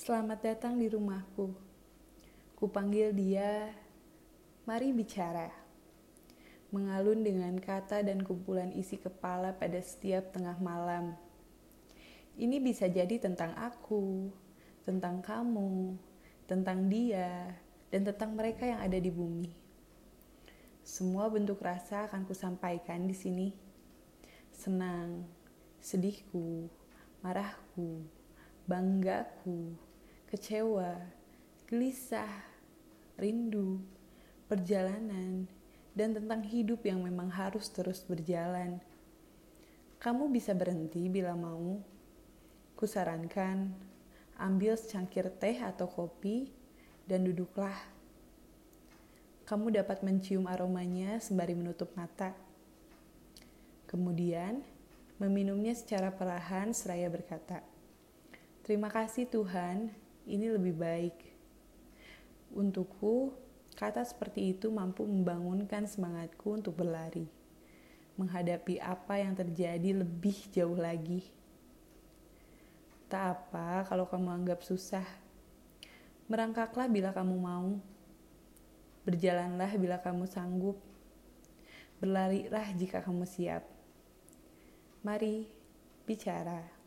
Selamat datang di rumahku. Kupanggil dia, mari bicara. Mengalun dengan kata dan kumpulan isi kepala pada setiap tengah malam. Ini bisa jadi tentang aku, tentang kamu, tentang dia, dan tentang mereka yang ada di bumi. Semua bentuk rasa akan kusampaikan di sini. Senang, sedihku, marahku, banggaku, kecewa, gelisah, rindu, perjalanan, dan tentang hidup yang memang harus terus berjalan. Kamu bisa berhenti bila mau. Kusarankan, ambil secangkir teh atau kopi dan duduklah. Kamu dapat mencium aromanya sembari menutup mata. Kemudian, meminumnya secara perlahan seraya berkata, "Terima kasih Tuhan, ini lebih baik." Untukku, kata seperti itu mampu membangunkan semangatku untuk berlari, menghadapi apa yang terjadi lebih jauh lagi. Tak apa kalau kamu anggap susah. Merangkaklah bila kamu mau. Berjalanlah bila kamu sanggup. Berlarilah jika kamu siap. Mari bicara.